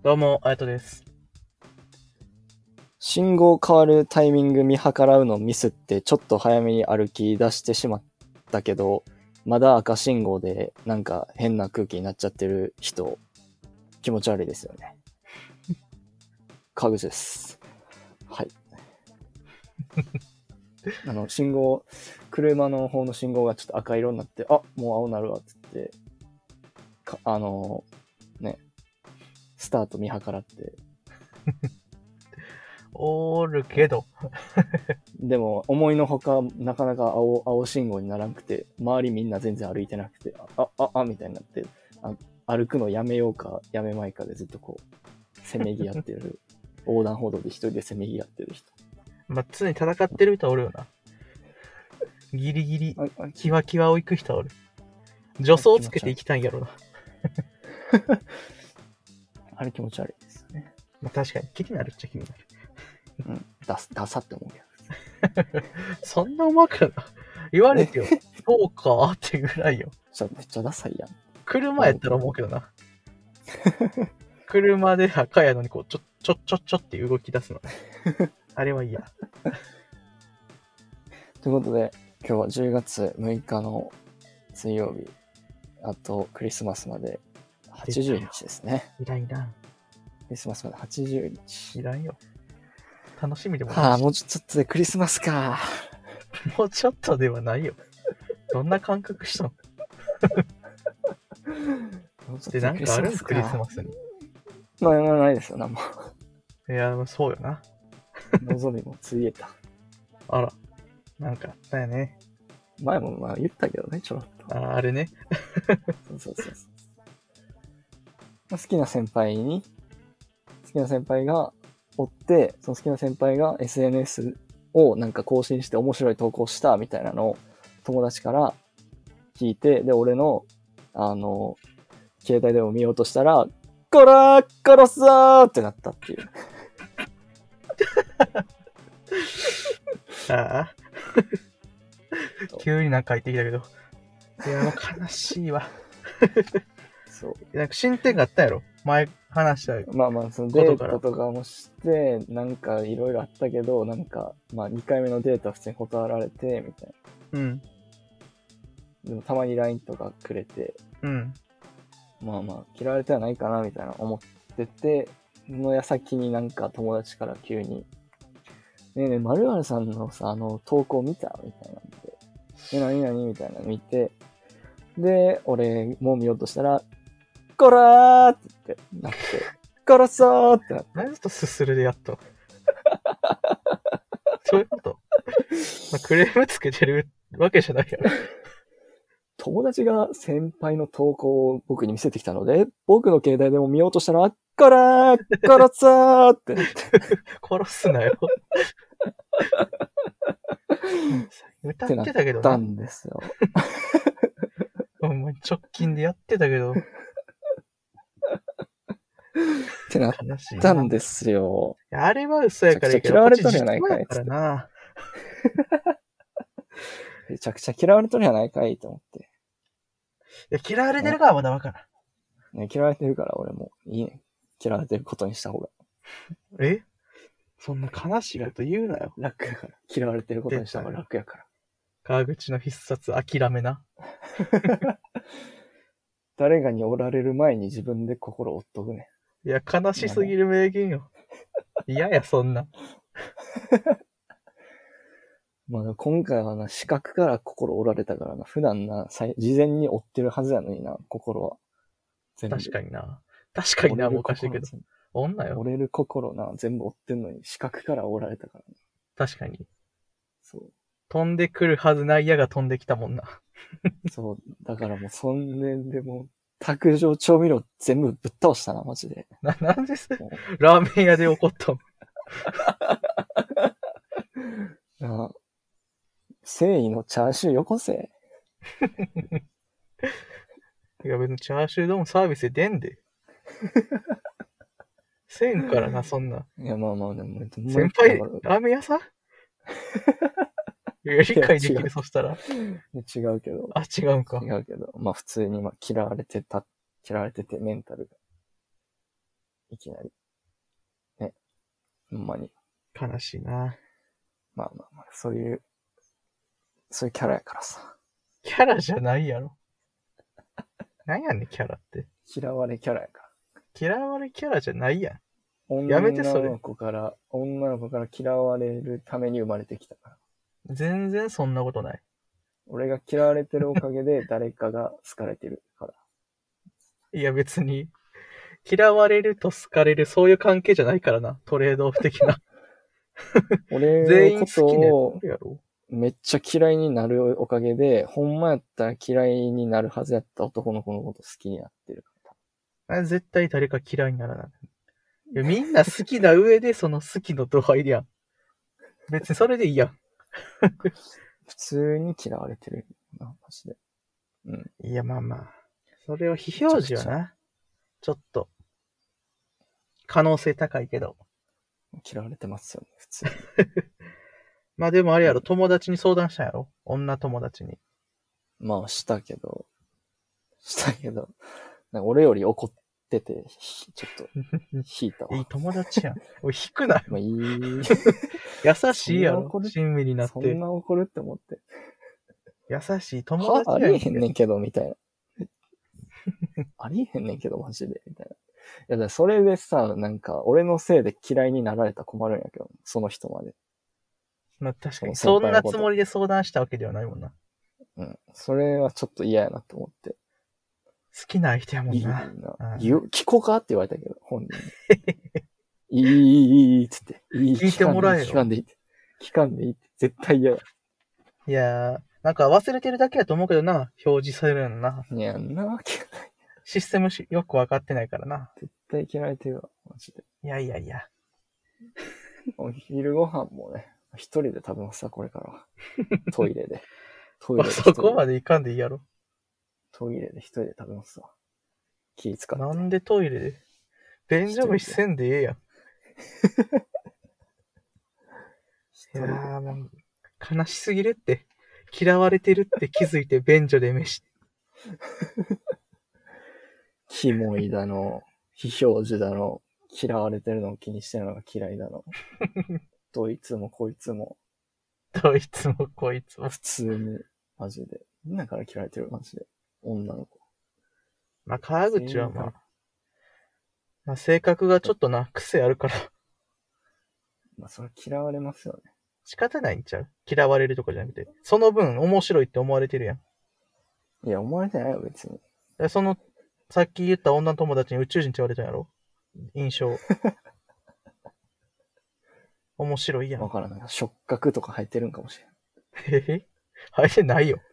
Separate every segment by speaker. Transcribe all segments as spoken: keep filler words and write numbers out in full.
Speaker 1: どうも、あやとです。
Speaker 2: 信号変わるタイミング見計らうのミスってちょっと早めに歩き出してしまったけど、まだ赤信号でなんか変な空気になっちゃってる人、気持ち悪いですよね。川口です。はい。あの、信号、車の方の信号がちょっと赤色になって、あ、もう青なるわっつって、かあの、ね、スタート見計らって、
Speaker 1: おるけど。
Speaker 2: でも思いのほかなかなか青青信号にならなくて、周りみんな全然歩いてなくて、あああみたいになって、あ歩くのやめようかやめまいかでずっとこうせめぎ合ってる横断歩道で一人でせめぎ合ってる人。
Speaker 1: まあ、常に戦ってる人はおるよな。ギリギリ、キワキワを行く人はおる。助走をつけていきたいんやろな。
Speaker 2: あれ気持ち悪いですよね。
Speaker 1: まあ確かに気になるっちゃ気になる。
Speaker 2: うん、ダダサって思うけ
Speaker 1: ど。そんなうまくな言われてよ。そうかってぐらいよ。
Speaker 2: めっちゃダサいやん。
Speaker 1: 車やったら思うけどな。車で赤やのにこうちょちょちょちょって動き出すの。あれは嫌。
Speaker 2: ということで今日はじゅうがつむいかの水曜日、あとクリスマスまではちじゅうにちですね。
Speaker 1: いらんいらん。ク
Speaker 2: リスマスまではちじゅうにち。
Speaker 1: いらんよ。楽しみでもない。
Speaker 2: はあ、もうちょっとでクリスマスか。
Speaker 1: もうちょっとではないよ。どんな感覚したので、なんかあるんクリスマスに。
Speaker 2: まあ、ないですよ、なんも。
Speaker 1: いや、そうよな。
Speaker 2: 望みもついえた。
Speaker 1: あら、なんかあったよね。
Speaker 2: 前もまあ言ったけどね、ちょろっと。
Speaker 1: あ、あれね。
Speaker 2: そうそうそうそう。好きな先輩に、好きな先輩がおって、その好きな先輩が エスエヌエス をなんか更新して面白い投稿したみたいなのを友達から聞いて、で、俺の、あの、携帯でも見ようとしたら、こらー殺すぞーってなったっていう。
Speaker 1: ああ。急になんか入ってきたけど。いや、もう悲しいわ。そう。なんか進展があったやろ前話したよ。
Speaker 2: まあまあ、そのデートとかもして、なんかいろいろあったけど、なんか、まあにかいめのデートは普通に断られて、みたい
Speaker 1: な。うん。
Speaker 2: でもたまに ライン とかくれて、
Speaker 1: うん。
Speaker 2: まあまあ、嫌われてはないかな、みたいな思ってて、の矢先になんか友達から急に、ねえねえ、〇〇さんのさ、あの、投稿見たみたいなんで、え、なになにみたいなの見て、で、俺もう見ようとしたら、こらーってなって、殺そうってなって。
Speaker 1: 何とすするでやっと。そういうこと、まあ、クレームつけてるわけじゃないやろ。
Speaker 2: 友達が先輩の投稿を僕に見せてきたので、僕の携帯でも見ようとしたら、こらー殺そうってなって。
Speaker 1: 殺すなよ。歌ってたけどな。
Speaker 2: ってなったんですよ。
Speaker 1: ほんまに直近でやってたけど。
Speaker 2: ってなったんですよ。
Speaker 1: あれは嘘やからいいけど、
Speaker 2: 嫌われとるやないかいっ
Speaker 1: つって。な
Speaker 2: めちゃくちゃ嫌われとるやないかいと思って。
Speaker 1: いや、嫌われてるからまだわから
Speaker 2: ん。ね、嫌われてるから俺もいいね。嫌われてることにした方が。
Speaker 1: えそんな悲しいこと言うなよ。
Speaker 2: 楽やから。嫌われてることにした方が楽やから。
Speaker 1: 川口の必殺諦めな。
Speaker 2: 誰かにおられる前に自分で心を折っとくね。
Speaker 1: いや、悲しすぎる名言よ。嫌や、そんな。
Speaker 2: まあ今回はな、視覚から心折られたからな、普段な、事前に追ってるはずやのにな、心は。
Speaker 1: 確かにな。確かにな、もおかしいけど。女よ。
Speaker 2: 折れる心な、全部追ってんのに、視覚から折られたからな。
Speaker 1: 確かに。
Speaker 2: そう。
Speaker 1: 飛んでくるはずない矢が飛んできたもんな。
Speaker 2: そう。だからもう、そんねんでもう、卓上調味料全部ぶっ倒したな、マジで。
Speaker 1: な、なんですラーメン屋で怒った
Speaker 2: の。あ繊維のチャーシューよこせ。
Speaker 1: いや別にチャーシュー丼サービスで出んで。せんからな、そんな。
Speaker 2: いや、まあまあ、でも、
Speaker 1: 先輩、ラーメン屋さんいや、理解できる、そしたら。
Speaker 2: 違うけど。
Speaker 1: あ、違うんか。
Speaker 2: 違うけど。まあ普通に、まあ嫌われてた、嫌われててメンタルがいきなり。ね。ほんまに。
Speaker 1: 悲しいな。
Speaker 2: まあまあまあ、そういう、そういうキャラやからさ。
Speaker 1: キャラじゃないやろ。なんやねん、キャラって。
Speaker 2: 嫌われキャラやから。
Speaker 1: 嫌われキャラじゃないやん。
Speaker 2: 女
Speaker 1: やめてそれ
Speaker 2: の子から、女の子から嫌われるために生まれてきたから。
Speaker 1: 全然そんなことない。
Speaker 2: 俺が嫌われてるおかげで誰かが好かれてるから。
Speaker 1: いや別に、嫌われると好かれる、そういう関係じゃないからな。トレードオフ的な。
Speaker 2: 俺
Speaker 1: 全員
Speaker 2: のこと
Speaker 1: 好きなやつ
Speaker 2: を
Speaker 1: おるやろ。
Speaker 2: めっちゃ嫌いになるおかげで、ほんまやったら嫌いになるはずやった男の子のこと好きになってるから。
Speaker 1: あ絶対誰か嫌いにならない。いやみんな好きな上でその好きの度合いやん。別にそれでいいやん。
Speaker 2: 普通に嫌われてるな、マジで。うん。
Speaker 1: いやまあまあ。それを非表示はな。ちょっと。可能性高いけど。
Speaker 2: 嫌われてますよね、普通に。
Speaker 1: まあでもあれやろ、
Speaker 2: うん
Speaker 1: 友達に相談したんやろ女友達に。
Speaker 2: まあ、したけど、したけど、なんか俺より怒ってて、ひちょっと、引いたわ。
Speaker 1: いい友達やん。おい、引くなよ。
Speaker 2: まあ、いい。
Speaker 1: 優しいやろ
Speaker 2: そんな怒。る
Speaker 1: 親身になっ
Speaker 2: そん
Speaker 1: て。
Speaker 2: な怒るって思って。
Speaker 1: 優しい友
Speaker 2: はあ
Speaker 1: 達やん
Speaker 2: りえへんねんけど、みたいな。ありえへんねんけど、マジで、みたいな。いや、だからそれでさ、なんか、俺のせいで嫌いになられたら困るんやけど、その人まで。
Speaker 1: まあ確かに。
Speaker 2: その
Speaker 1: そんな
Speaker 2: 先輩のこと
Speaker 1: つもりで相談したわけではないもんな。好
Speaker 2: うん。それはちょっと嫌やなって思って。
Speaker 1: きな相手やも
Speaker 2: いい
Speaker 1: んな。
Speaker 2: な。
Speaker 1: うん
Speaker 2: 言う、聞こうかって言われたけど、本人に。いい、いい、いい、いい、つって。いい、
Speaker 1: 聞いてもらえよ
Speaker 2: 聞かんでいいって。聞かんでいいって。絶対嫌や。
Speaker 1: いやー、なんか忘れてるだけやと思うけどな。表示されるのな。
Speaker 2: いやんなわけない。
Speaker 1: システムしよくわかってないからな。
Speaker 2: 絶対嫌われてるわ、マジで。
Speaker 1: いやいやいや。
Speaker 2: お昼ご飯もね、一人で食べますさ、これからは。トイレで。トイレで一人
Speaker 1: そ
Speaker 2: で。
Speaker 1: こまでいかんでいいやろ。
Speaker 2: トイレで一人で食べますわ。気使って。
Speaker 1: なんでトイレで便所飯せんでええやん。いやーもう、悲しすぎるって。嫌われてるって気づいて便所で飯。
Speaker 2: キモいだの、非表示だの、嫌われてるのを気にしてるのが嫌いだの。どいつもこいつも、
Speaker 1: どいつもこいつも。
Speaker 2: 普通に、マジで。みんなから嫌われてる、マジで。女の子。
Speaker 1: まあ、川口はまあ、まあ、性格がちょっとな、癖あるから、
Speaker 2: まあ、それ嫌われますよね。
Speaker 1: 仕方ないんちゃう嫌われるとかじゃなくて。その分、面白いって思われてるやん。
Speaker 2: いや、思われてないよ、別に。
Speaker 1: でその、さっき言った女友達に宇宙人って言われたんやろ印象。面白いやん。
Speaker 2: わからない。触覚とか入ってるんかもしれん。
Speaker 1: へへ入ってないよ。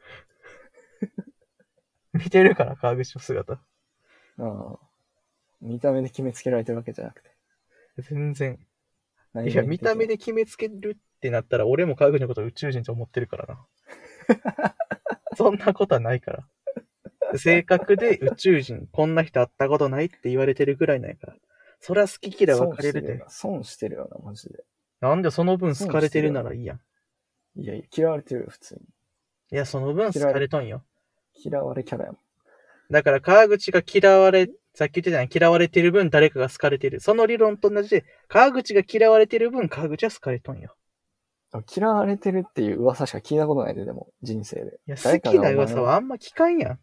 Speaker 1: 見てるから、川口の姿。
Speaker 2: ああ。見た目で決めつけられてるわけじゃなくて。
Speaker 1: 全然。
Speaker 2: 何
Speaker 1: いや、見た目で決めつけるってなったら、俺も川口のこと宇宙人と思ってるからな。そんなことはないから。性格で宇宙人、こんな人会ったことないって言われてるぐらいなんやから。そりゃ好き嫌い分かれるで。
Speaker 2: 損してるよな、マジで。
Speaker 1: なんでその分好かれてるならいいやん。
Speaker 2: いやいや、嫌われてるよ、普通に。
Speaker 1: いや、その分好かれとんよ。
Speaker 2: 嫌われキャラやもん。
Speaker 1: だから川口が嫌われ、さっき言ってたように嫌われてる分誰かが好かれてる。その理論と同じで、川口が嫌われてる分川口は好かれとんよ。
Speaker 2: 嫌われてるっていう噂しか聞いたことないで、でも、人生で。
Speaker 1: いや、好きな噂はあんま聞かんやん。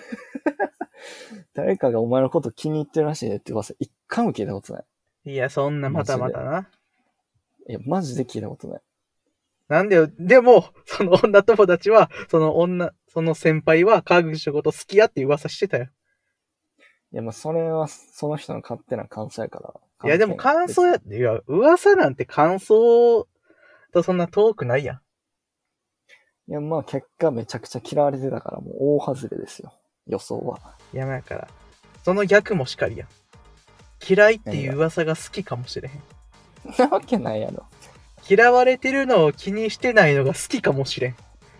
Speaker 2: 誰かがお前のこと気に入ってるらしいねって噂、一回も聞いたことない。
Speaker 1: いや、そんなまたまたな。
Speaker 2: いや、マジで聞いたことない。
Speaker 1: なんでよ、でも、その女友達は、その女、その先輩は川口のこと好きやって噂してたよ。
Speaker 2: いや、まあ、それは、その人の勝手な感想やから。
Speaker 1: いや、でも感想やって、いや、噂なんて感想とそんな遠くないやん。
Speaker 2: いや、まあ、結果めちゃくちゃ嫌われてたから、もう大外れですよ。予想は。
Speaker 1: いや、まあから。その逆もしかりやん。嫌いっていう噂が好きかもしれへん。
Speaker 2: なわけないやろ。
Speaker 1: 嫌われてるのを気にしてないのが好きかもしれん。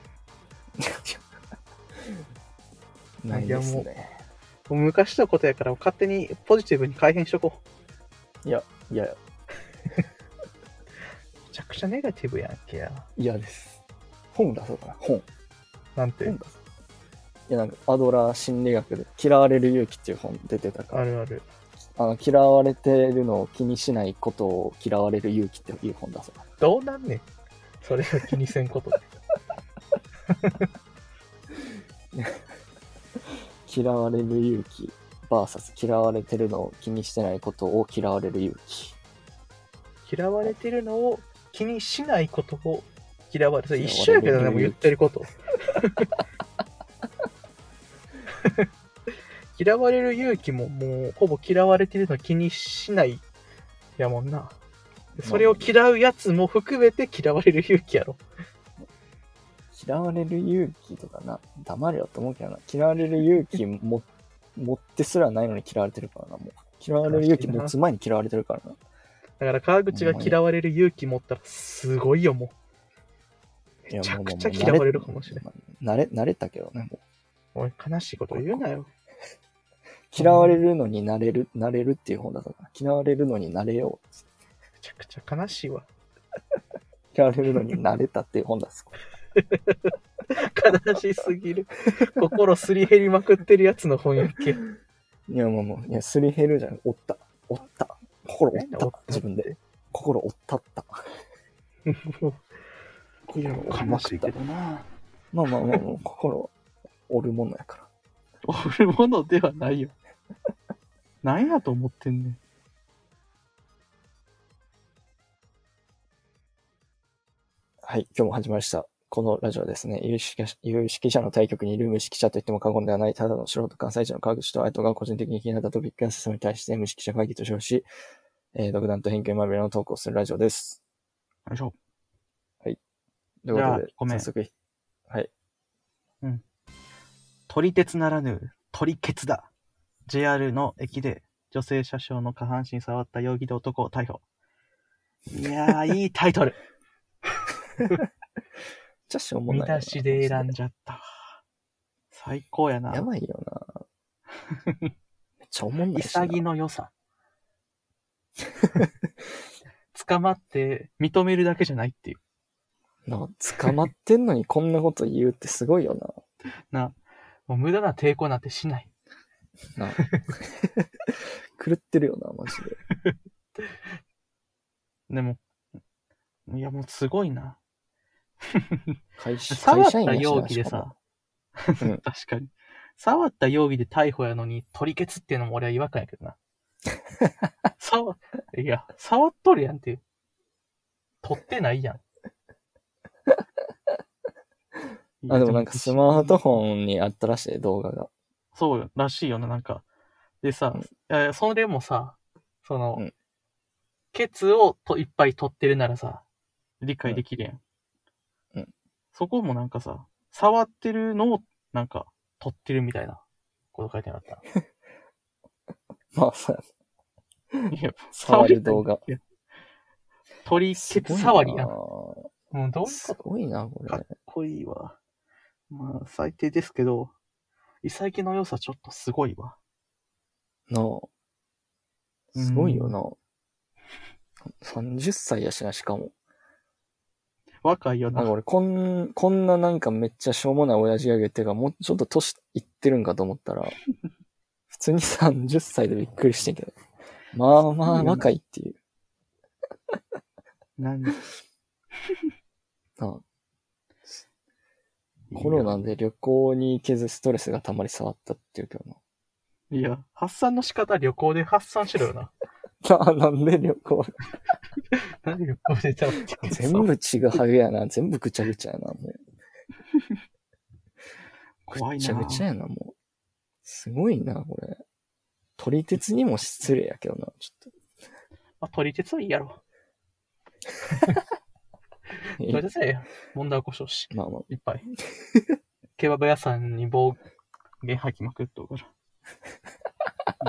Speaker 2: ないですね。
Speaker 1: もう昔のことやから勝手にポジティブに改変しとこ
Speaker 2: う。いや、いや。
Speaker 1: めちゃくちゃネガティブやんけや。
Speaker 2: 嫌です。本出そうかな、本。
Speaker 1: なんて。
Speaker 2: 本出そう。いや、なんか、アドラー心理学で嫌われる勇気っていう本出てたから。
Speaker 1: あるある。
Speaker 2: あの、嫌われてるのを気にしないことを嫌われる勇気っていう本だそう。
Speaker 1: どうなんねん。それを気にせんことで。
Speaker 2: 嫌われる勇気 ブイエス 嫌われてるのを気にしてないことを嫌われる勇気。
Speaker 1: 嫌われてるのを気にしないことを嫌われる。それ一緒やけどね、もう言ってること。嫌われる勇気ももうほぼ嫌われてるの気にしないやもんな。それを嫌うやつも含めて嫌われる勇気やろ。
Speaker 2: 嫌われる勇気とかな、黙れよって思うけどな。嫌われる勇気も持ってすらないのに嫌われてるからな。もう嫌われる勇気持つ前に嫌われてるからな。
Speaker 1: だから川口が嫌われる勇気持ったらすごいよ、もう。めちゃくちゃ嫌われるかもしれない。
Speaker 2: 慣れ、慣れたけどね、も
Speaker 1: う。おい、悲しいこと言うなよ。
Speaker 2: 嫌われるのになれる、なれるっていう本だったから。嫌われるのになれよう。
Speaker 1: めちゃくちゃ悲しいわ。
Speaker 2: 嫌われるのになれたっていう本だす。
Speaker 1: 悲しすぎる。心すり減りまくってるやつの本やっけ。
Speaker 2: いや、もうもう、いや、すり減るじゃん。折った。折った。心折った。自分で。心折ったった。
Speaker 1: いや、悲しいけどな。
Speaker 2: まあまあまあ、もう心折るものやから。
Speaker 1: 折るものではないよ。何やと思ってんねん。
Speaker 2: はい、今日も始まりました。このラジオはですね、有識者、有識者の対局にいる無識者と言っても過言ではない、ただの素人関西人の川口と、あとが個人的に気になったトピックや説明に対して無識者会議と称し、えー、独断と偏見まみれのトークをするラジオです。
Speaker 1: よいしょ。
Speaker 2: はい。ということで、
Speaker 1: ごめん。
Speaker 2: 早速、はい。
Speaker 1: うん。撮り鉄ならぬ、撮りケツだ。ジェイアール の駅で女性車掌の下半身触った容疑で男を逮捕。いやー、いいタイトル。
Speaker 2: じゃしょうもない。
Speaker 1: 見出しで選んじゃった。最高やな。
Speaker 2: やばいよな。めっちゃおもんないしな。
Speaker 1: 潔の良さ。捕まって認めるだけじゃないっていう。
Speaker 2: な、捕まってんのにこんなこと言うってすごいよ
Speaker 1: な。な、もう無駄な抵抗なんてしない。
Speaker 2: な。狂ってるよな、マジで。
Speaker 1: でも、いやもうすごいな。
Speaker 2: 会社
Speaker 1: 触った容疑でさ、うん、確かに。触った容疑で逮捕やのに、取りケツっていうのも俺は違和感やけどな。触、いや、触っとるやんっていう。取ってないやん。
Speaker 2: あ、でもなんかスマートフォンにあったらしい、動画が。
Speaker 1: そうらしいよな、なんか。でさ、うん、いやそれもさ、その、うん、ケツをといっぱい取ってるならさ、理解できるやん。
Speaker 2: うん。
Speaker 1: そこもなんかさ、触ってるのをなんか取ってるみたいなこと書いてなかった。
Speaker 2: まあさ、
Speaker 1: いや、
Speaker 2: 触る動画。
Speaker 1: 取りケツ触りやん。もうどう
Speaker 2: すごいな、これ。
Speaker 1: かっこいいわ。まあ、最低ですけど、潔の良さちょっとすごいわ。
Speaker 2: なあ。すごいよな。さんじゅっさいやしな、しかも。
Speaker 1: 若いよな。
Speaker 2: なんか俺、こん、こんななんかめっちゃしょうもない親父ギャグっていうか、もうちょっと年いってるんかと思ったら、普通にさんじゅっさいでびっくりしてんけど。まあまあ若いっていう。
Speaker 1: 何
Speaker 2: ああコロナで旅行に行けずストレスがたまり触ったっていうけどな。
Speaker 1: いや、発散の仕方旅行で発散しろよな。
Speaker 2: な、なんで旅行
Speaker 1: なんで旅行で食べてく
Speaker 2: 全部ちぐはぐやな。全部ぐちゃぐちゃやな、もう。
Speaker 1: 怖いな。
Speaker 2: ぐちゃぐちゃやな、もう。すごいな、これ。撮り鉄にも失礼やけどな、ちょっと。
Speaker 1: まあ、撮り鉄はいいやろ。撮り鉄はいいや。問題起こしょうし。
Speaker 2: まあまあ。
Speaker 1: いっぱい。ケバブ屋さんに暴言吐きまくっとるから。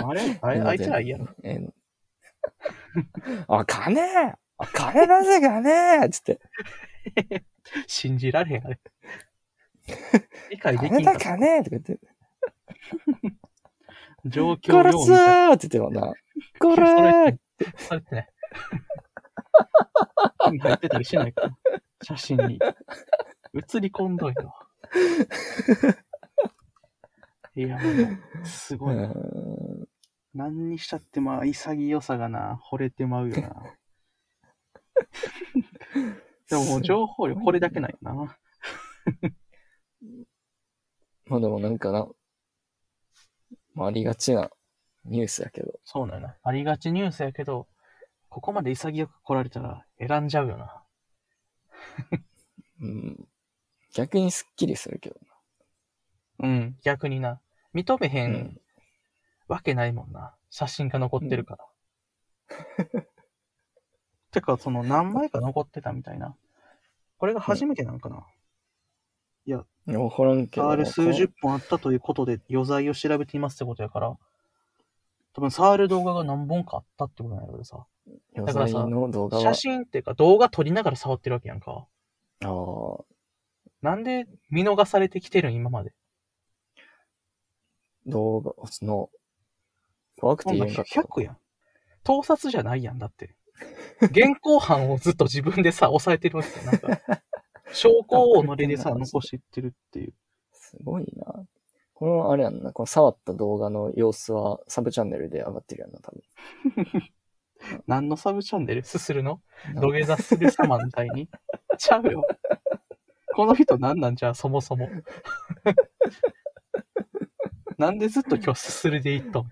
Speaker 1: あれあれあいつらいいやろ。えー
Speaker 2: あ、金あ、金なぜ金つって。
Speaker 1: 信じられへん、あれ。理解できん
Speaker 2: かった。金だ金とか言って。
Speaker 1: 状況を
Speaker 2: 殺すーって言ってもな。殺ーって。
Speaker 1: それってね。入ってたりしないから。写真に。映り込んどいよ。いや、もう、すごいな。 何にしたってまあ潔さがな、惚れてまうよな。でももう情報量これだけないよな。
Speaker 2: まあでもなんかな、まあ、ありがちなニュースやけど。
Speaker 1: そうなんやな。ありがちニュースやけど、ここまで潔く来られたら選んじゃうよな。
Speaker 2: うん。逆にスッキリするけど
Speaker 1: うん、逆にな。認めへ
Speaker 2: な。うんん。
Speaker 1: わけないもんな。写真が残ってるから。てか、その何枚か残ってたみたいな。これが初めてなんかな。いや、
Speaker 2: いや、わからんけど。
Speaker 1: 触る数十本あったということで余罪を調べていますってことやから、多分触る動画が何本かあったってことなんやけどさ。
Speaker 2: 余罪の動画は。
Speaker 1: 写真っていうか動画撮りながら触ってるわけやんか。
Speaker 2: ああ。
Speaker 1: なんで見逃されてきてるん今まで。
Speaker 2: 動画、その、怖くて言えんかった。
Speaker 1: ひゃくやん。盗撮じゃないやんだって。現行犯をずっと自分でさ、抑えてるわけよ。なんか、証拠を己でさ、残していってるっていう。
Speaker 2: すごいな。この、あれやんな、この触った動画の様子はサブチャンネルで上がってるやんな、多分。
Speaker 1: 何のサブチャンネルすするの土下座する様みたいにちゃうよ。この人何なんじゃ、そもそも。なんでずっと今日すするでいいと。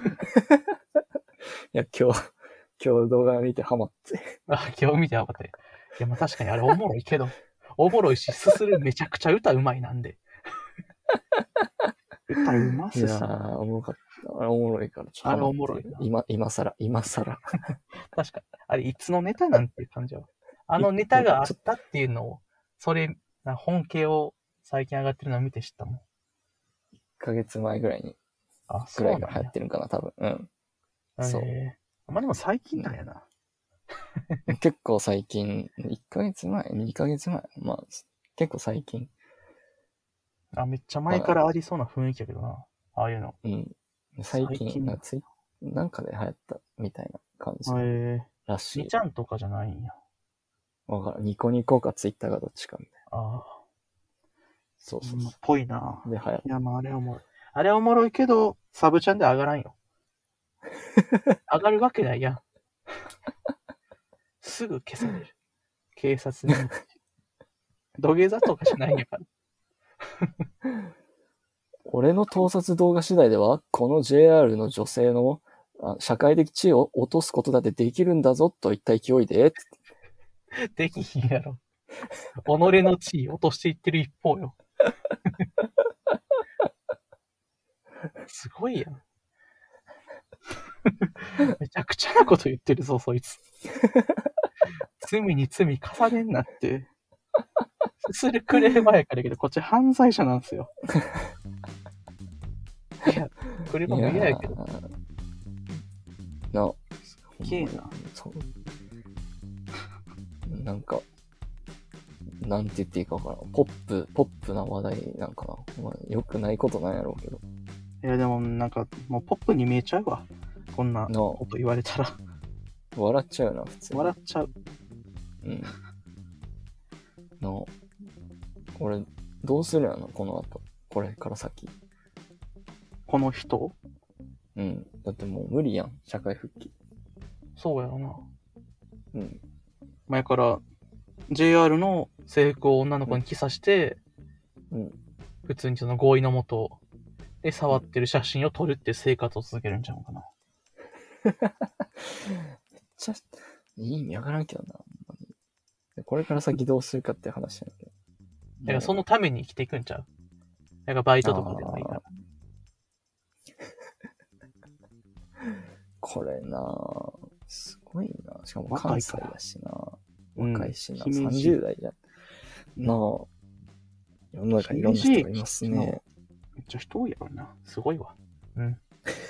Speaker 2: いや、今日、今日動画見てハマって。
Speaker 1: あ、今日見てハマって。いや、まあ確かにあれおもろいけど、おもろいし、すするめちゃくちゃ歌うまいなんで。歌うます
Speaker 2: いやー、おもろかった。あれおもろいからちょっと。
Speaker 1: あれおもろいな。
Speaker 2: 今、今更、今更。
Speaker 1: 確かに。あれ、いつのネタなんていう感じは。あのネタがあったっていうのを、それ、本家を最近上がってるのを見て知ったもん。
Speaker 2: いっかげつまえぐらいに。
Speaker 1: あ、
Speaker 2: ぐらいが流行ってるんかな、多分。うん。そう。
Speaker 1: まあでも最近なんやな。
Speaker 2: 結構最近、いっかげつまえ、にかげつまえ。まあ、結構最近。
Speaker 1: あ、めっちゃ前からありそうな雰囲気やけどな。ああいうの。
Speaker 2: うん。最近、最近な, ついなんかで流行ったみたいな感じらしい。
Speaker 1: にちゃんとかじゃないんや。
Speaker 2: わからん。ニコニコかツイッターがどっちかみたいな。
Speaker 1: ああ。
Speaker 2: そうそうそう。
Speaker 1: ぽいな。
Speaker 2: で、流行った。
Speaker 1: いや、まああれおもろい。あれおもろいけど、サブチャンで上がらんよ。上がるわけないやん。すぐ消される。警察に。土下座とかじゃないんやから。
Speaker 2: 俺の盗撮動画次第では、この ジェイアール の女性の社会的地位を落とすことだってできるんだぞといった勢いで。
Speaker 1: できひんやろ。己の地位落としていってる一方よ。すごいやん。めちゃくちゃなこと言ってるぞ、そいつ。罪に罪重ねんなって。すするくれる前からけど、こっち犯罪者なんすよ。いや、くればも嫌やけど。
Speaker 2: な、
Speaker 1: すげえな。
Speaker 2: そう。なんか、なんて言っていいかわからん。ポップ、ポップな話題なんかな。まあ、よくないことなんやろうけど。
Speaker 1: いや、でもなんか、もうポップに見えちゃうわ。こんなこと言われたら。
Speaker 2: 笑っちゃうな、普通に。
Speaker 1: 笑っちゃう。
Speaker 2: うん。の、俺、どうするやろ、この後。これから先。
Speaker 1: この人？
Speaker 2: うん。だってもう無理やん、社会復帰。
Speaker 1: そうやろな。
Speaker 2: うん。
Speaker 1: 前から、ジェイアール の制服を女の子に着さして、
Speaker 2: うん。
Speaker 1: 普通にその合意のもとで触ってる写真を撮るって生活を続けるんちゃうかな。
Speaker 2: めっちゃ、いい意味わからんけどな。これから先どうするかって話なんだけど。
Speaker 1: だからそのために生きていくんちゃう？だからバイトとかでもいいから。
Speaker 2: これなぁ。すごいな。しかも関西だしな。若いしな。
Speaker 1: うん、
Speaker 2: さんじゅう代じゃん。なぁ。世の中にいろんな人がいますね。め
Speaker 1: っちゃ人多いやろな。すごいわ。うん。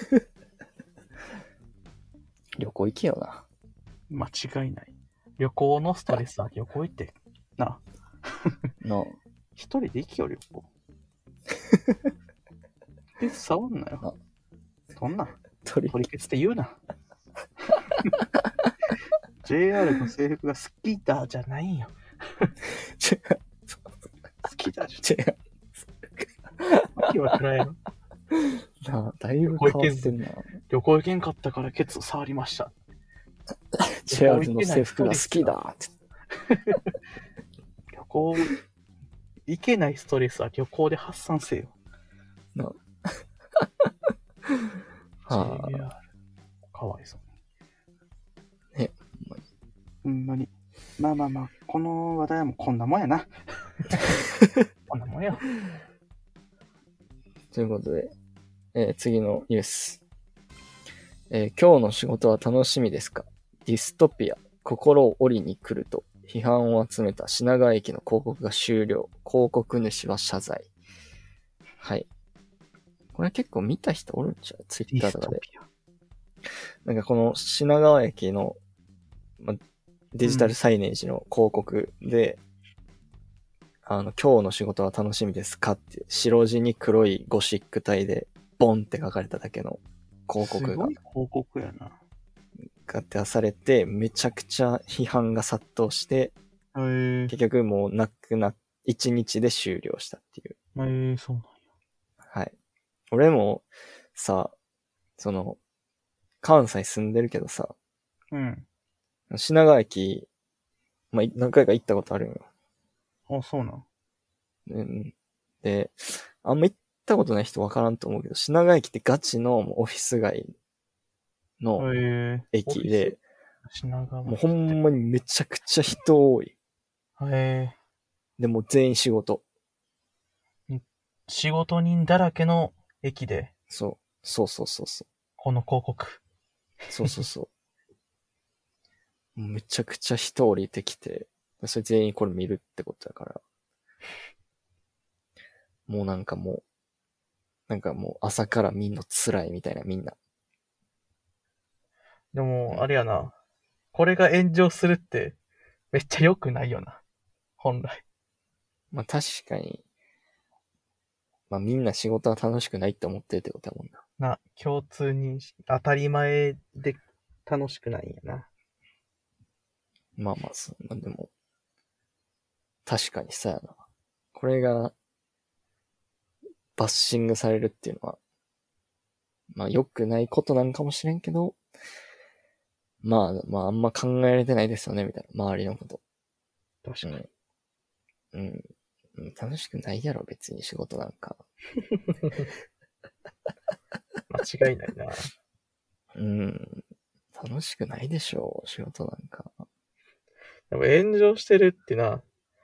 Speaker 2: 旅行行けよな。
Speaker 1: 間違いない。旅行のストレスは旅行行って。な。
Speaker 2: な。
Speaker 1: 一人で行きよ、旅行。で、触んなよ。そんな。取り消って言うな。ジェイアール の制服が好きだじゃないんよ。好きだじゃん。違う。わけは暗いの。
Speaker 2: なあ、だいぶ変わってんな。
Speaker 1: 旅行行けんかったからケツ触りました。
Speaker 2: ジェラードの制服が好きだって。
Speaker 1: 旅行、行けないストレスは旅行で発散せよ。
Speaker 2: なあ。はあ。
Speaker 1: ジェイアール かわいそう。
Speaker 2: ね、
Speaker 1: ほんまに。まあまあまあ、この話題はもうこんなもんやな。こんなもんや。
Speaker 2: ということで、えー次のニュース。えー今日の仕事は楽しみですか？ディストピア、心を折りに来ると批判を集めた品川駅の広告が終了。広告主は謝罪。はい。これ結構見た人おるんちゃう？ツイッターとかで。なんかこの品川駅の、ま、デジタルサイネージの広告で、うん、あの、今日の仕事は楽しみですかって白地に黒いゴシック体でボンって書かれただけの広告が。
Speaker 1: すごい広告やな。
Speaker 2: が出されて、めちゃくちゃ批判が殺到して、
Speaker 1: へー、
Speaker 2: 結局もうなくな、一日で終了したっていう。
Speaker 1: へー、そうなんや。
Speaker 2: はい。俺もさ、その、関西住んでるけどさ、
Speaker 1: うん。
Speaker 2: 品川駅、まあ、何回か行ったことあるんよ。
Speaker 1: あ、そうなん。
Speaker 2: うん、で、あんま行ったことない人わからんと思うけど、品川駅ってガチのオフィス街の駅で、
Speaker 1: 品川
Speaker 2: もうほんまにめちゃくちゃ人多い。
Speaker 1: へ
Speaker 2: でも全員仕事。
Speaker 1: 仕事人だらけの駅で。
Speaker 2: そう。そうそうそうそう。
Speaker 1: この広告。
Speaker 2: そうそうそう。めちゃくちゃ人降りてきて、それ全員これ見るってことだから。もうなんかもう、なんかもう朝から見んの辛いみたいなみんな。
Speaker 1: でも、あれやな。これが炎上するって、めっちゃ良くないよな。本来。
Speaker 2: まあ確かに、まあみんな仕事は楽しくないって思ってるってことだもんな。
Speaker 1: な、共通に当たり前で楽しくないんやな。
Speaker 2: まあまあ、そまあでも、確かにさやな。これが、バッシングされるっていうのは、まあ良くないことなんかもしれんけど、まあ、まああんま考えられてないですよね、みたいな。周りのこと。
Speaker 1: 確かに。
Speaker 2: うん。うん。楽しくないやろ、別に仕事なんか。
Speaker 1: 間違いないな。
Speaker 2: うん。楽しくないでしょう、仕事なんか。
Speaker 1: でも炎上してるってな。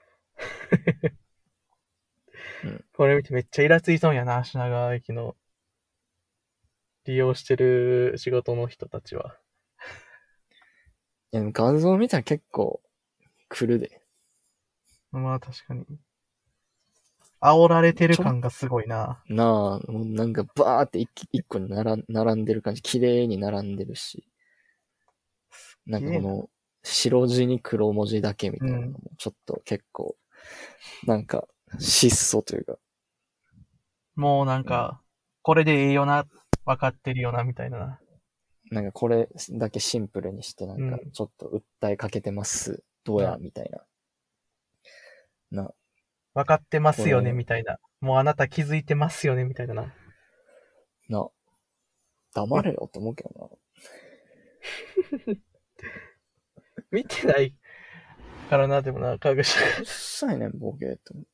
Speaker 1: うん、これ見てめっちゃイラついそうやな、品川駅の利用してる仕事の人たちは。
Speaker 2: いや、でも画像見たら結構来るで。
Speaker 1: まあ確かに。煽られてる感がすごいな。
Speaker 2: なあ、もうなんかバーって一一個に並ん並んでる感じ、綺麗に並んでるし。なんかこの白地に黒文字だけみたいなのもちょっと結構、なんか質素というか。
Speaker 1: もうなんか、これでええよな、分かってるよな、みたいな。
Speaker 2: なんかこれだけシンプルにしてなんかちょっと訴えかけてます。どうやみたいな。な。
Speaker 1: 分かってますよね、みたいな。もうあなた気づいてますよね、みたいなな。
Speaker 2: な。黙れよって思うけど
Speaker 1: な。見てないからな、でもな、川口
Speaker 2: が。うっさいねん、ボケって思って。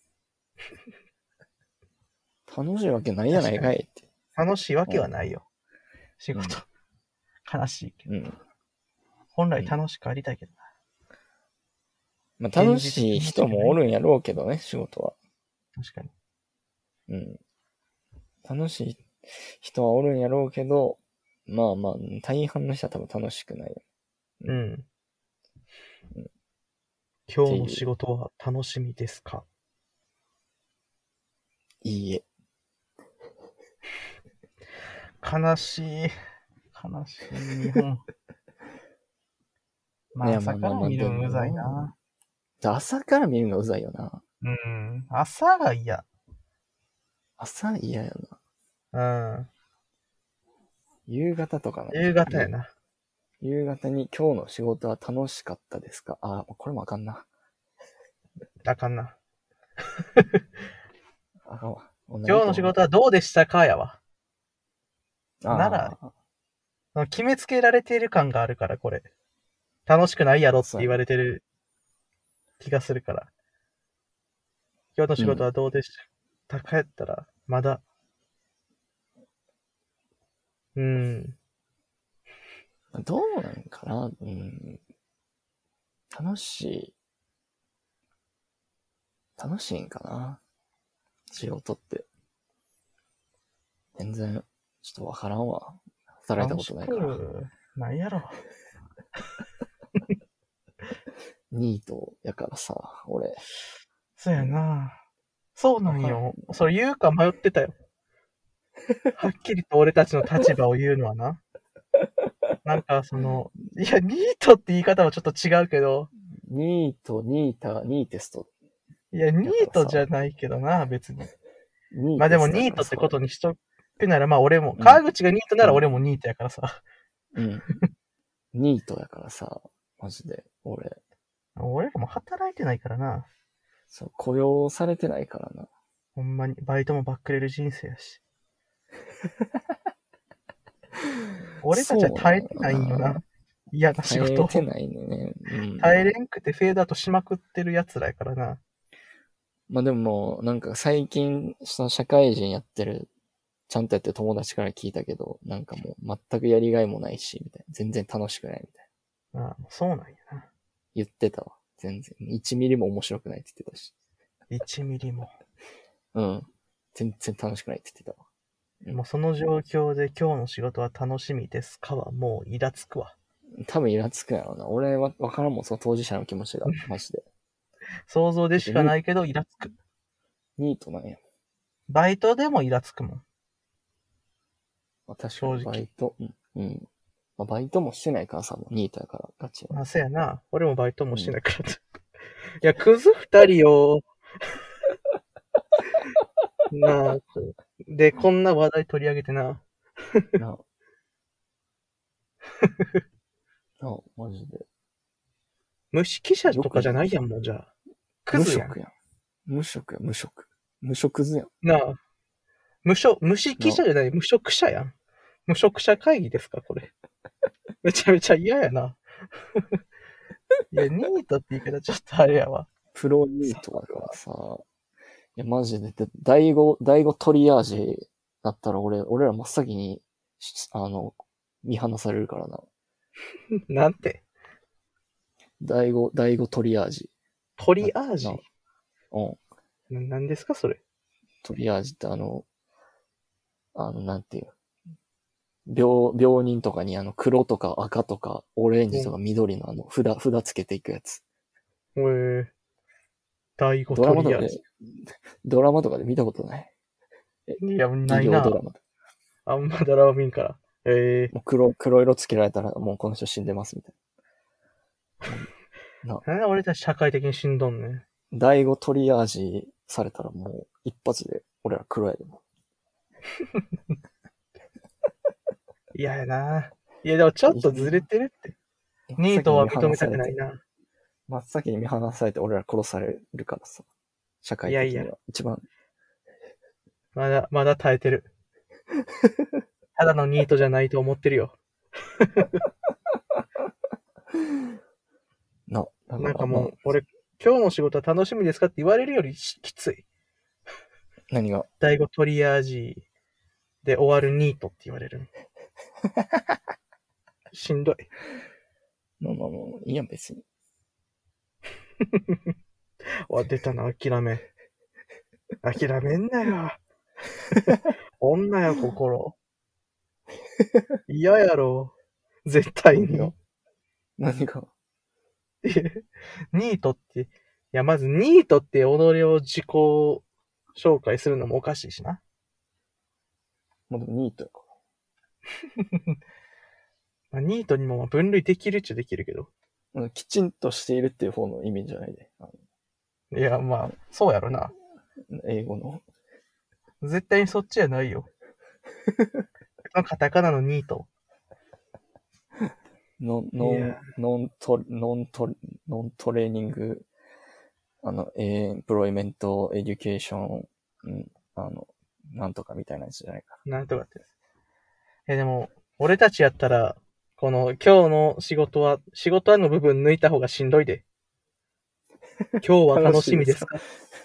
Speaker 2: 楽しいわけないやないかいって。
Speaker 1: 楽しいわけはないよ。仕事。うん、悲しいけど。うん、本来楽しくありたいけどな。
Speaker 2: まあ、楽しい人もおるんやろうけどね、仕事は。
Speaker 1: 確かに。
Speaker 2: うん。楽しい人はおるんやろうけど、まあまあ、大半の人は多分楽しくないよ。
Speaker 1: うん。うん、今日の仕事は楽しみですか？
Speaker 2: いいえ。
Speaker 1: 悲しい。悲しい日本。まあ、朝から見るのうざいな。
Speaker 2: 朝から見るのうざいよな。
Speaker 1: うん。朝が嫌。
Speaker 2: 朝嫌や
Speaker 1: な。うん。
Speaker 2: 夕方とかな。
Speaker 1: 夕方やな。
Speaker 2: 夕方に今日の仕事は楽しかったですか？あ、これもあかんな。
Speaker 1: あかんな。
Speaker 2: あかんわ。
Speaker 1: 今日の仕事はどうでしたかやわ。 なら
Speaker 2: あ
Speaker 1: 決めつけられている感があるから、これ。楽しくないやろって
Speaker 2: そうや
Speaker 1: 言われてる気がするから。今日の仕事はどうでしたかやったら、まだ。うーん。
Speaker 2: あ、どうなんかな。うん。楽しい。楽しいんかな。仕事って。全然、ちょっとわからんわ。働いたことないから。
Speaker 1: 楽しくないやろ。
Speaker 2: ニートやからさ、俺。
Speaker 1: そうやな。そうなん
Speaker 2: わ
Speaker 1: よ。それ言うか迷ってたよ。はっきりと俺たちの立場を言うのはな。なんかその、いや、ニートって言い方はちょっと違うけど、
Speaker 2: ニート、ニータ、ニーテスト。
Speaker 1: いや、ニートじゃないけどな、別に。
Speaker 2: ニー
Speaker 1: まあでも
Speaker 2: テストやからさ
Speaker 1: ニートってことにしとくなら、まあ俺も、
Speaker 2: うん
Speaker 1: 川口がニートなら俺もニートやからさ。
Speaker 2: うん。ニートやからさ、マジで。俺、
Speaker 1: 俺らも働いてないからな。
Speaker 2: そう、雇用されてないからな。
Speaker 1: ほんまに、バイトもばっくれる人生やし。俺たちは耐えてないんよな。嫌な仕事を。
Speaker 2: 耐えてないね。うん。
Speaker 1: 耐えれんくてフェードアウトしまくってる奴らやからな。
Speaker 2: まあでも、なんか最近、その社会人やってる、ちゃんとやってる友達から聞いたけど、なんかもう全くやりがいもないし、みたいな。全然楽しくないみたいな。
Speaker 1: ああ、そうなんやな。
Speaker 2: 言ってたわ。全然。いちミリも面白くないって言ってたし。
Speaker 1: いちミリも。
Speaker 2: うん。全然楽しくないって言ってたわ。うん
Speaker 1: もうその状況で今日の仕事は楽しみですかはもうイラつくわ。
Speaker 2: 多分イラつくやろうな。俺はわからんもん、その当事者の気持ちが。マジで。
Speaker 1: 想像でしかないけどイラつく。
Speaker 2: ニートなんや。
Speaker 1: バイトでもイラつくもん。
Speaker 2: まあ、確か
Speaker 1: 正直
Speaker 2: にバイト。うん。うんまあ、バイトもしてないからさ、もうニートやから、ガチは。
Speaker 1: まあ、そうやな。俺もバイトもしてないから。いや、クズ二人よ。なあ。で、こんな話題取り上げてな。
Speaker 2: なあ。なあ、マジで。
Speaker 1: 無識者とかじゃないやん、もうじゃあ。ク
Speaker 2: 無
Speaker 1: ズやん。
Speaker 2: 職やん。無職や、無職。無職ずやん。
Speaker 1: なあ。無職、無識者じゃない、無職者やん。無職者会議ですか、これ。めちゃめちゃ嫌やな。いや、ニートって言い方ちょっとあれやわ。
Speaker 2: プロニートだからさ。いや、マジで、で第五、第五トリアージだったら俺、俺ら真っ先に、あの、見放されるからな。
Speaker 1: なんて
Speaker 2: 第五、第五トリアージ。
Speaker 1: トリアージ
Speaker 2: なうん。
Speaker 1: な何ですか、それ。
Speaker 2: トリアージってあの、あの、なんていう。病、病人とかにあの黒とか赤とかオレンジとか緑のあの札、札つけていくやつ。
Speaker 1: えー、第五
Speaker 2: ドラマとかで
Speaker 1: トリアージ。、
Speaker 2: ドラマとかで見たことない。
Speaker 1: いや、な
Speaker 2: 医
Speaker 1: いな。
Speaker 2: 療ドラマ。
Speaker 1: あんまドラマ見んから。え
Speaker 2: もう黒、黒色つけられたらもうこの人死んでますみたいな。な
Speaker 1: ー、なんで俺たち社会的にしんどんねん。
Speaker 2: 第五トリアージされたらもう一発で俺ら黒やでも。
Speaker 1: 嫌やな。いや、でもちょっとずれてるって。ニートは認めたくないな。
Speaker 2: 真っ先に見放されて俺ら殺されるからさ。社会的には。
Speaker 1: いやいや
Speaker 2: 一番。
Speaker 1: まだ、まだ耐えてる。ただのニートじゃないと思ってるよ。
Speaker 2: な、だから
Speaker 1: なんかもう
Speaker 2: まあ、
Speaker 1: 俺、今日の仕事は楽しみですかって言われるよりきつい。
Speaker 2: 何が
Speaker 1: 第五トリアージで終わるニートって言われる。しんどい。
Speaker 2: まあまあまあ、いいやん別に。
Speaker 1: わ、出たな、諦め。諦めんなよ。女よ、心。嫌やろ。絶対に。
Speaker 2: 何が何が
Speaker 1: ニートって、いや、まずニートって己を自己紹介するのもおかしいしな。
Speaker 2: まあでもニートやか
Speaker 1: まあ、ニートにもまあ分類できるっちゃできるけど。
Speaker 2: ら。きちんとしているっていう方の意味じゃないで。あ
Speaker 1: いや、まあ、そうやろな。
Speaker 2: の英語の。
Speaker 1: 絶対にそっちやないよ。カタカナのニート。
Speaker 2: ノン、ノン
Speaker 1: いや、
Speaker 2: ノント、ノント、ノントレーニング、あの、エンプロイメント、エデュケーション、うん、あの、なんとかみたいなやつじゃないか。
Speaker 1: なんとかって。 え、でも、俺たちやったら、この今日の仕事は、仕事はの部分抜いた方がしんどいで。今日は楽しみですか？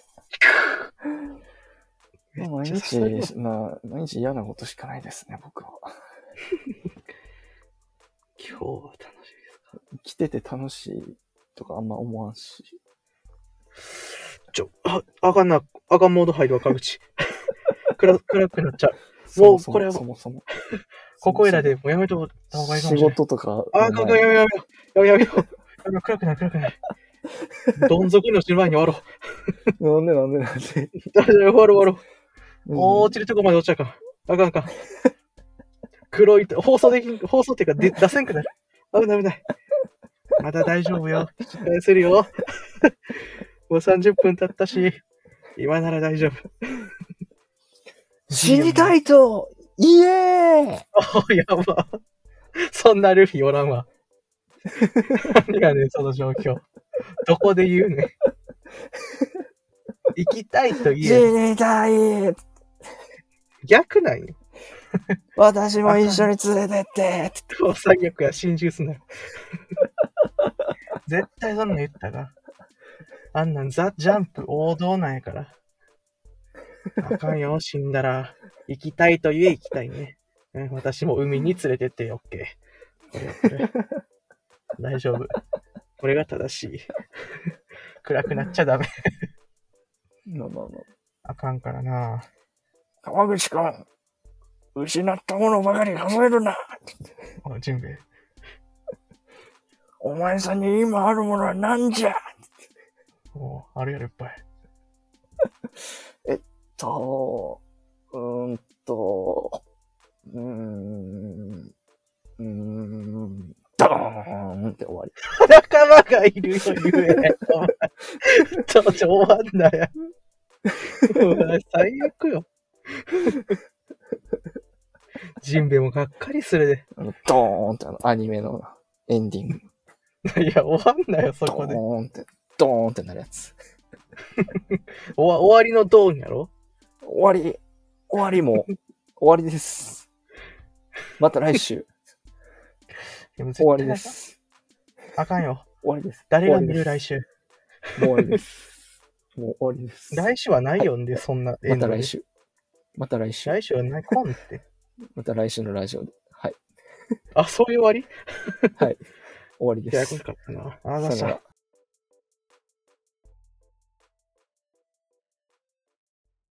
Speaker 1: めっ
Speaker 2: 毎
Speaker 1: ちゃ刺さるわ
Speaker 2: 日、まあ、毎日嫌なことしかないですね、僕は。
Speaker 1: 今日は楽しみですか？
Speaker 2: 生きてて楽しいとかあんま思わんし。
Speaker 1: ちょ、あ、あかんな、あかんモード入るわ、川口。暗暗くなっちゃう。もう、これは、
Speaker 2: そもそも。
Speaker 1: ここいらでもうやめとった方がいいかもしれない。
Speaker 2: 仕事とか。
Speaker 1: あ、かんかん、やめよう、やめよう、やめよう、やめよう、暗くない、暗くない。どん底に落ちる前に終わろう。
Speaker 2: なんでなんでなんで。
Speaker 1: 終わろう、終わろう。
Speaker 2: うん
Speaker 1: もう落ちるとこまで落ちちゃうかん。あかんあかん。黒いと、放送できん、放送っていうかで出せんくなる。危ない危ない。まだ大丈夫よ。引き返せるよ。もうさんじゅっぷん経ったし、今なら大丈夫。
Speaker 2: 死にたいと、イエーイ
Speaker 1: おやば。そんなルフィおらんわ。何がねん、その状況。どこで言うねん。行きたいと
Speaker 2: 死
Speaker 1: 言え。
Speaker 2: にたい
Speaker 1: 逆なんよ。
Speaker 2: 私も一緒に連れてって
Speaker 1: 最悪や、心中すなよ。絶対そんなん言ったか。あんなんザ・ジャンプ王道なんやから。あかんよ、死んだら。行きたいと言え行きたいね。うん、私も海に連れてってよ、オッケー。これこれ。大丈夫。これが正しい。暗くなっちゃダメ。
Speaker 2: まあまあま
Speaker 1: あかんからな。
Speaker 2: あ。川口くん、失ったものばかり数えるな。
Speaker 1: おい、ジンベエ。
Speaker 2: お前さんに今あるものは何じゃ
Speaker 1: おうあるやろ、いっぱい。
Speaker 2: えっと、うーんと、うーん、うーん、ドーンって終わり。
Speaker 1: 仲間がいるよ、言え。お前ちょ、ちょ、終わんなよ。お前最悪よ。ジンベエもがっかりするで。
Speaker 2: あのドーンってあのアニメのエンディング。
Speaker 1: いや、終わんなよ、そ
Speaker 2: ド
Speaker 1: こで。
Speaker 2: ーンって、ドーンってなるやつ。
Speaker 1: おわ終わりのドーンやろ？
Speaker 2: 終わり、終わりも、終わりです。また来週、終わりで。す。
Speaker 1: あかんよ。
Speaker 2: 終わりです。
Speaker 1: 誰が見る
Speaker 2: 終わり
Speaker 1: 来週。
Speaker 2: ですもう終わりです。もう終わりです。
Speaker 1: 来週はないよんで、そんな。
Speaker 2: また来。週。また来週。
Speaker 1: 来週はない、こんって。
Speaker 2: また来週のラジオで。はい。
Speaker 1: あ、そういう終わり？
Speaker 2: はい。終わりで
Speaker 1: ややこし
Speaker 2: す。
Speaker 1: かったな。あ、
Speaker 2: さよなら。